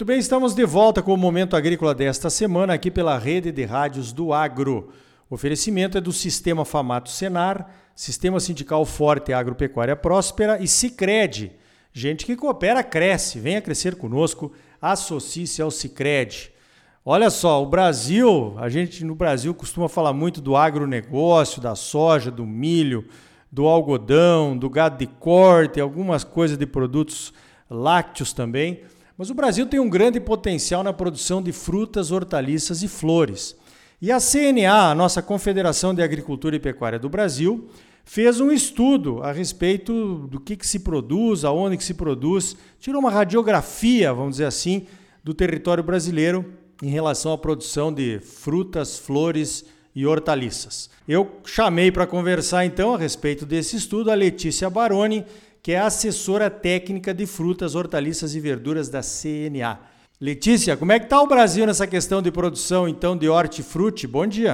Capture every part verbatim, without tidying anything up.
Muito bem, estamos de volta com o Momento Agrícola desta semana aqui pela Rede de Rádios do Agro. O oferecimento é do Sistema Famato Senar, Sistema Sindical Forte Agropecuária Próspera e Sicredi. Gente que coopera, cresce. Venha crescer conosco, associe-se ao Sicredi. Olha só, o Brasil, a gente no Brasil costuma falar muito do agronegócio, da soja, do milho, do algodão, do gado de corte, algumas coisas de produtos lácteos também. Mas o Brasil tem um grande potencial na produção de frutas, hortaliças e flores. E a C N A, a nossa Confederação de Agricultura e Pecuária do Brasil, fez um estudo a respeito do que, que se produz, aonde que se produz, tirou uma radiografia, vamos dizer assim, do território brasileiro em relação à produção de frutas, flores e hortaliças. Eu chamei para conversar então a respeito desse estudo a Letícia Baroni, que é assessora técnica de frutas, hortaliças e verduras da C N A. Letícia, como é que está o Brasil nessa questão de produção então de hortifruti? Bom dia.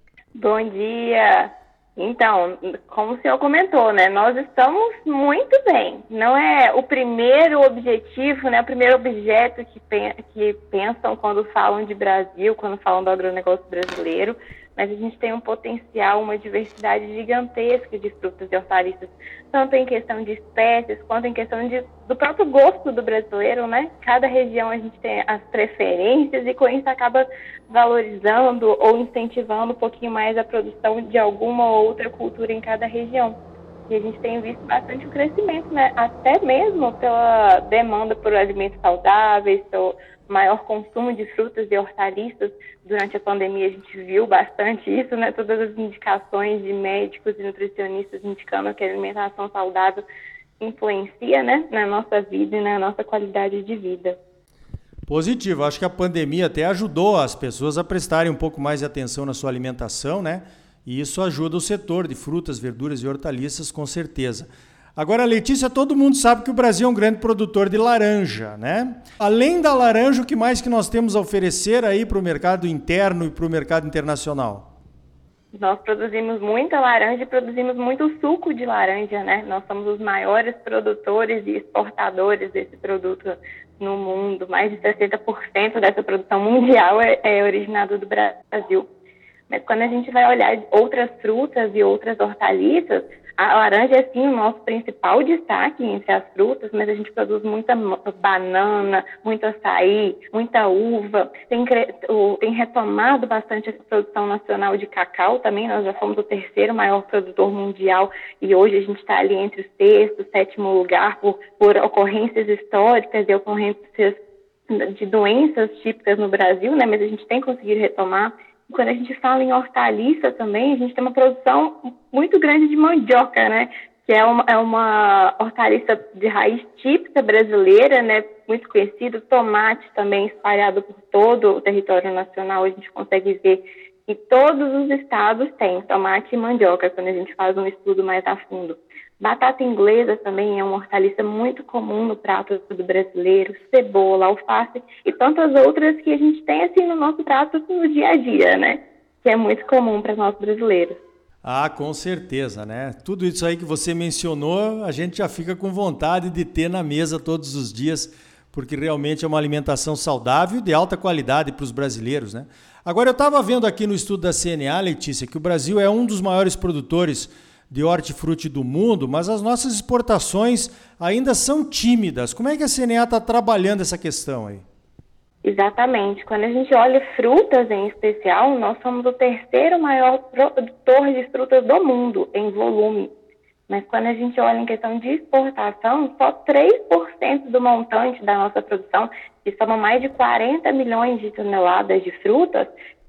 Bom dia. Então, como o senhor comentou, né, nós estamos muito bem. Não é o primeiro objetivo, né, o primeiro objeto que, pen- que pensam quando falam de Brasil, quando falam do agronegócio brasileiro, mas a gente tem um potencial, uma diversidade gigantesca de frutas e hortaliças, tanto em questão de espécies, quanto em questão de, do próprio gosto do brasileiro, né? Cada região a gente tem as preferências e com isso acaba valorizando ou incentivando um pouquinho mais a produção de alguma ou outra cultura em cada região. E a gente tem visto bastante o crescimento, né? Até mesmo pela demanda por alimentos saudáveis, pelo maior consumo de frutas e hortaliças. Durante a pandemia a gente viu bastante isso, né? Todas as indicações de médicos e nutricionistas indicando que a alimentação saudável influencia, né, na nossa vida e na nossa qualidade de vida. Positivo, acho que a pandemia até ajudou as pessoas a prestarem um pouco mais de atenção na sua alimentação, né? E isso ajuda o setor de frutas, verduras e hortaliças, com certeza. Agora, Letícia, todo mundo sabe que o Brasil é um grande produtor de laranja, né? Além da laranja, o que mais que nós temos a oferecer aí para o mercado interno e para o mercado internacional? Nós produzimos muita laranja e produzimos muito suco de laranja, né? Nós somos os maiores produtores e exportadores desse produto no mundo. Mais de sessenta por cento dessa produção mundial é, é originado do Brasil. Mas quando a gente vai olhar outras frutas e outras hortaliças, a laranja é sim o nosso principal destaque entre as frutas, mas a gente produz muita banana, muito açaí, muita uva. Tem, tem retomado bastante a produção nacional de cacau também. Nós já fomos o terceiro maior produtor mundial e hoje a gente está ali entre o sexto e sétimo lugar por, por ocorrências históricas e ocorrências de doenças típicas no Brasil, né? Mas a gente tem conseguido retomar. Quando a gente fala em hortaliça também, a gente tem uma produção muito grande de mandioca, né? Que é uma, é uma hortaliça de raiz típica brasileira, né? Muito conhecida. Tomate também espalhado por todo o território nacional. A gente consegue ver que todos os estados têm tomate e mandioca, quando a gente faz um estudo mais a fundo. Batata inglesa também é uma hortaliça muito comum no prato do brasileiro, cebola, alface e tantas outras que a gente tem assim no nosso prato no dia a dia, né? Que é muito comum para nós brasileiros. Ah, com certeza, né? Tudo isso aí que você mencionou, a gente já fica com vontade de ter na mesa todos os dias, porque realmente é uma alimentação saudável e de alta qualidade para os brasileiros, né? Agora, eu estava vendo aqui no estudo da C N A, Letícia, que o Brasil é um dos maiores produtores de hortifruti do mundo, mas as nossas exportações ainda são tímidas. Como é que a C N A está trabalhando essa questão aí? Exatamente. Quando a gente olha frutas em especial, nós somos o terceiro maior produtor de frutas do mundo em volume. Mas quando a gente olha em questão de exportação, só três por cento do montante da nossa produção, que soma mais de quarenta milhões de toneladas de frutas,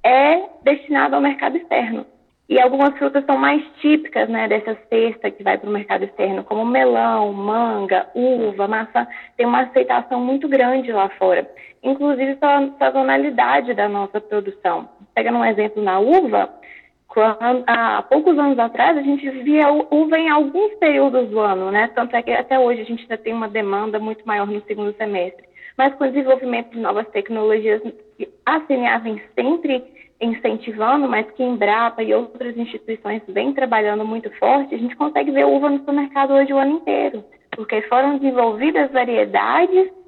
é destinado ao mercado externo. E algumas frutas são mais típicas, né, dessa cesta que vai para o mercado externo, como melão, manga, uva, maçã. Tem uma aceitação muito grande lá fora. Inclusive pela sazonalidade da nossa produção. Pegando um exemplo na uva, quando, há poucos anos atrás a gente via uva em alguns períodos do ano, né? Tanto é que até hoje a gente ainda tem uma demanda muito maior no segundo semestre. Mas com o desenvolvimento de novas tecnologias, a C N A vem sempre incentivando, mas que Embrapa e outras instituições vêm trabalhando muito forte, a gente consegue ver uva no supermercado hoje o ano inteiro, porque foram desenvolvidas variedades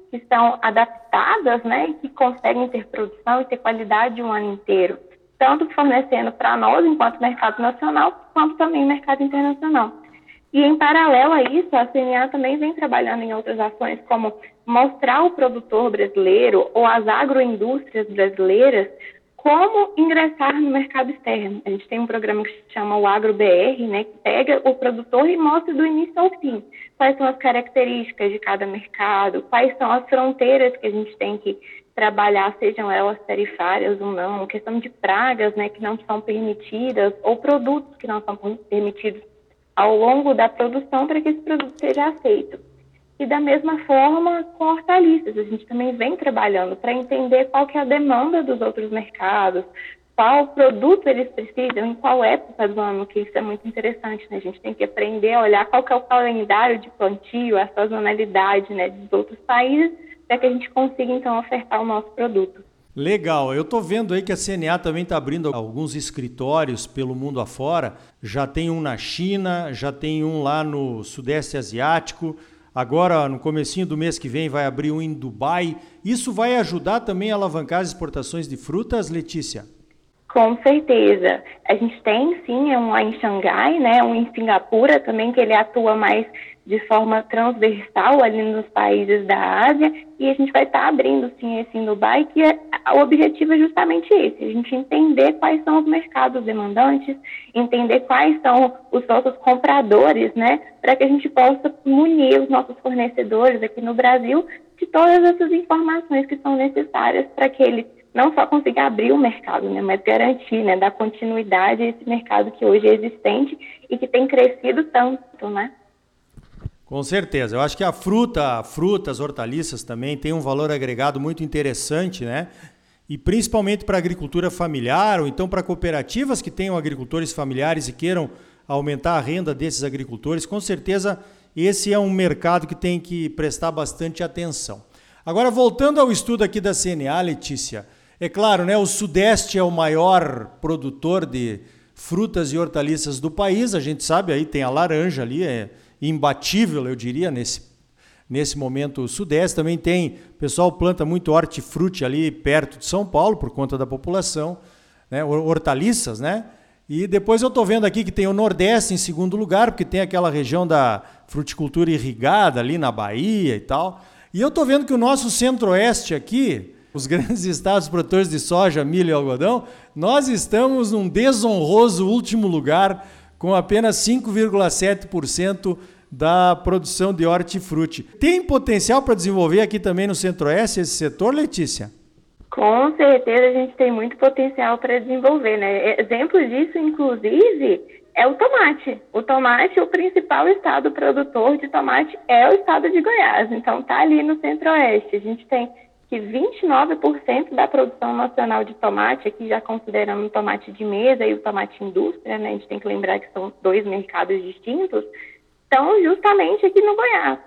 que são adaptadas, né, e que conseguem ter produção e ter qualidade o ano inteiro, tanto fornecendo para nós, enquanto mercado nacional, quanto também mercado internacional. E, em paralelo a isso, a C N A também vem trabalhando em outras ações, como mostrar ao produtor brasileiro ou às agroindústrias brasileiras como ingressar no mercado externo. A gente tem um programa que se chama o Agro B R, né, que pega o produtor e mostra do início ao fim quais são as características de cada mercado, quais são as fronteiras que a gente tem que trabalhar, sejam elas tarifárias ou não, questão de pragas, né, que não são permitidas, ou produtos que não são permitidos ao longo da produção para que esse produto seja aceito. E da mesma forma com hortaliças, a gente também vem trabalhando para entender qual que é a demanda dos outros mercados, qual produto eles precisam, em qual época do ano, que isso é muito interessante, né? A gente tem que aprender a olhar qual que é o calendário de plantio, a sazonalidade, né, dos outros países, para que a gente consiga, então, ofertar o nosso produto. Legal, eu estou vendo aí que a C N A também está abrindo alguns escritórios pelo mundo afora, já tem um na China, já tem um lá no Sudeste Asiático, agora no comecinho do mês que vem vai abrir um em Dubai. Isso vai ajudar também a alavancar as exportações de frutas, Letícia? Com certeza. A gente tem, sim, um lá em Xangai, né, um em Singapura também, que ele atua mais de forma transversal ali nos países da Ásia, e a gente vai estar abrindo, sim, esse em Dubai, que é, o objetivo é justamente esse, a gente entender quais são os mercados demandantes, entender quais são os nossos compradores, né, para que a gente possa munir os nossos fornecedores aqui no Brasil de todas essas informações que são necessárias para que eles não só consiga abrir o mercado, né, mas garantir, né, dar continuidade a esse mercado que hoje é existente e que tem crescido tanto, né? Com certeza. Eu acho que a fruta, frutas, hortaliças também tem um valor agregado muito interessante, né? E principalmente para a agricultura familiar ou então para cooperativas que tenham agricultores familiares e queiram aumentar a renda desses agricultores, com certeza esse é um mercado que tem que prestar bastante atenção. Agora, voltando ao estudo aqui da C N A, Letícia, é claro, né, o Sudeste é o maior produtor de frutas e hortaliças do país, a gente sabe, aí tem a laranja ali, é imbatível, eu diria, nesse, nesse momento o Sudeste. Também tem, o pessoal planta muito hortifruti ali perto de São Paulo, por conta da população, né, hortaliças, né? E depois eu estou vendo aqui que tem o Nordeste em segundo lugar, porque tem aquela região da fruticultura irrigada ali na Bahia e tal. E eu estou vendo que o nosso Centro-Oeste aqui, os grandes estados produtores de soja, milho e algodão, nós estamos num desonroso último lugar, com apenas cinco vírgula sete por cento da produção de hortifruti. Tem potencial para desenvolver aqui também no Centro-Oeste esse setor, Letícia? Com certeza a gente tem muito potencial para desenvolver, né? Exemplo disso, inclusive, é o tomate. O tomate, o principal estado produtor de tomate é o estado de Goiás. Então, está ali no Centro-Oeste. A gente tem que vinte e nove por cento da produção nacional de tomate, aqui já considerando o tomate de mesa e o tomate indústria, né? A gente tem que lembrar que são dois mercados distintos, estão justamente aqui no Goiás.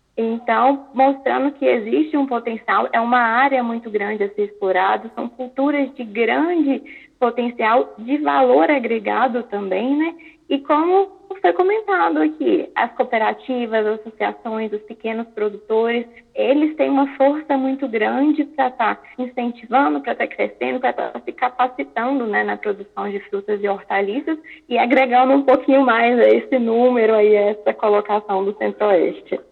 Então, mostrando que existe um potencial, é uma área muito grande a ser explorada, são culturas de grande potencial, de valor agregado também, né? E como foi comentado aqui, as cooperativas, as associações, os pequenos produtores, eles têm uma força muito grande para estar incentivando, para estar crescendo, para estar se capacitando, né, na produção de frutas e hortaliças e agregando um pouquinho mais a esse número aí, a essa colocação do Centro-Oeste.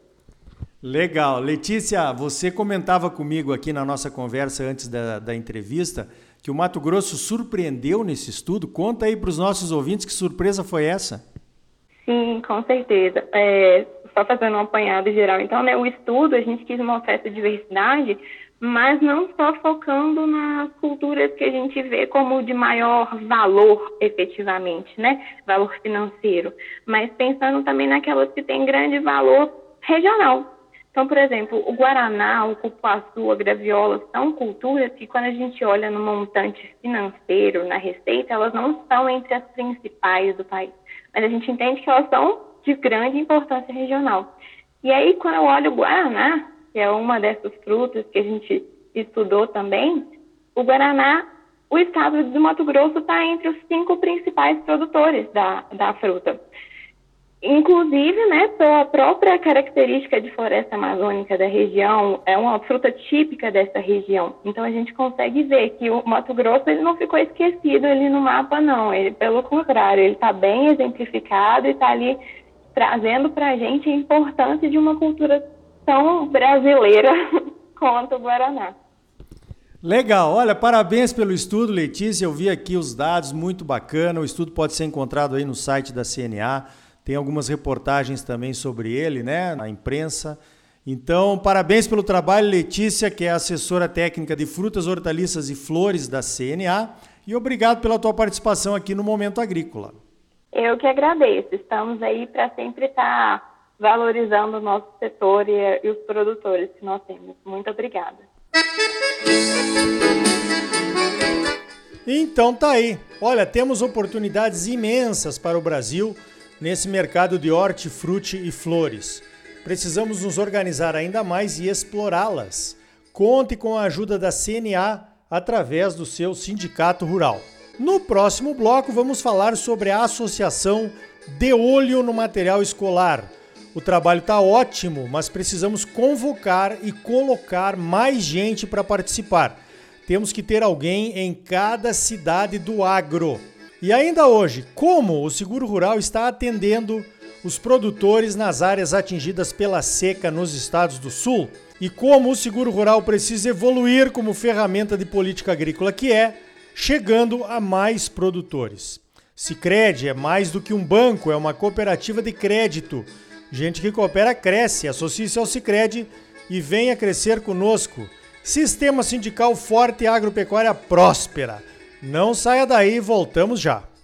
Legal. Letícia, você comentava comigo aqui na nossa conversa antes da, da entrevista que o Mato Grosso surpreendeu nesse estudo. Conta aí para os nossos ouvintes que surpresa foi essa. Sim, com certeza. É, só fazendo um apanhado geral, então, né, o estudo, a gente quis mostrar essa diversidade, mas não só focando nas culturas que a gente vê como de maior valor, efetivamente, né, valor financeiro, mas pensando também naquelas que têm grande valor regional. Então, por exemplo, o guaraná, o cupuaçu, a graviola são culturas que, quando a gente olha no montante financeiro, na receita, elas não estão entre as principais do país. Mas a gente entende que elas são de grande importância regional. E aí, quando eu olho o guaraná, que é uma dessas frutas que a gente estudou também, o guaraná, o estado do Mato Grosso está entre os cinco principais produtores da, da fruta. Inclusive, né, pela própria característica de floresta amazônica da região, é uma fruta típica dessa região. Então, a gente consegue ver que o Mato Grosso ele não ficou esquecido ali no mapa, não. Ele, pelo contrário, ele está bem exemplificado e está ali trazendo para a gente a importância de uma cultura tão brasileira quanto o Guaraná. Legal, olha, parabéns pelo estudo, Letícia. Eu vi aqui os dados, muito bacana. O estudo pode ser encontrado aí no site da C N A. Tem algumas reportagens também sobre ele, né, na imprensa. Então, parabéns pelo trabalho, Letícia, que é assessora técnica de frutas, hortaliças e flores da C N A. E obrigado pela tua participação aqui no Momento Agrícola. Eu que agradeço. Estamos aí para sempre estar valorizando o nosso setor e, e os produtores que nós temos. Muito obrigada. Então tá aí. Olha, temos oportunidades imensas para o Brasil nesse mercado de hortifruti e flores. Precisamos nos organizar ainda mais e explorá-las. Conte com a ajuda da C N A através do seu sindicato rural. No próximo bloco vamos falar sobre a associação De Olho no Material Escolar. O trabalho está ótimo, mas precisamos convocar e colocar mais gente para participar. Temos que ter alguém em cada cidade do agro. E ainda hoje, como o Seguro Rural está atendendo os produtores nas áreas atingidas pela seca nos estados do Sul? E como o Seguro Rural precisa evoluir como ferramenta de política agrícola que é, chegando a mais produtores. Sicredi é mais do que um banco, é uma cooperativa de crédito. Gente que coopera cresce, associe-se ao Sicredi e venha crescer conosco. Sistema sindical forte e agropecuária próspera. Não saia daí, voltamos já.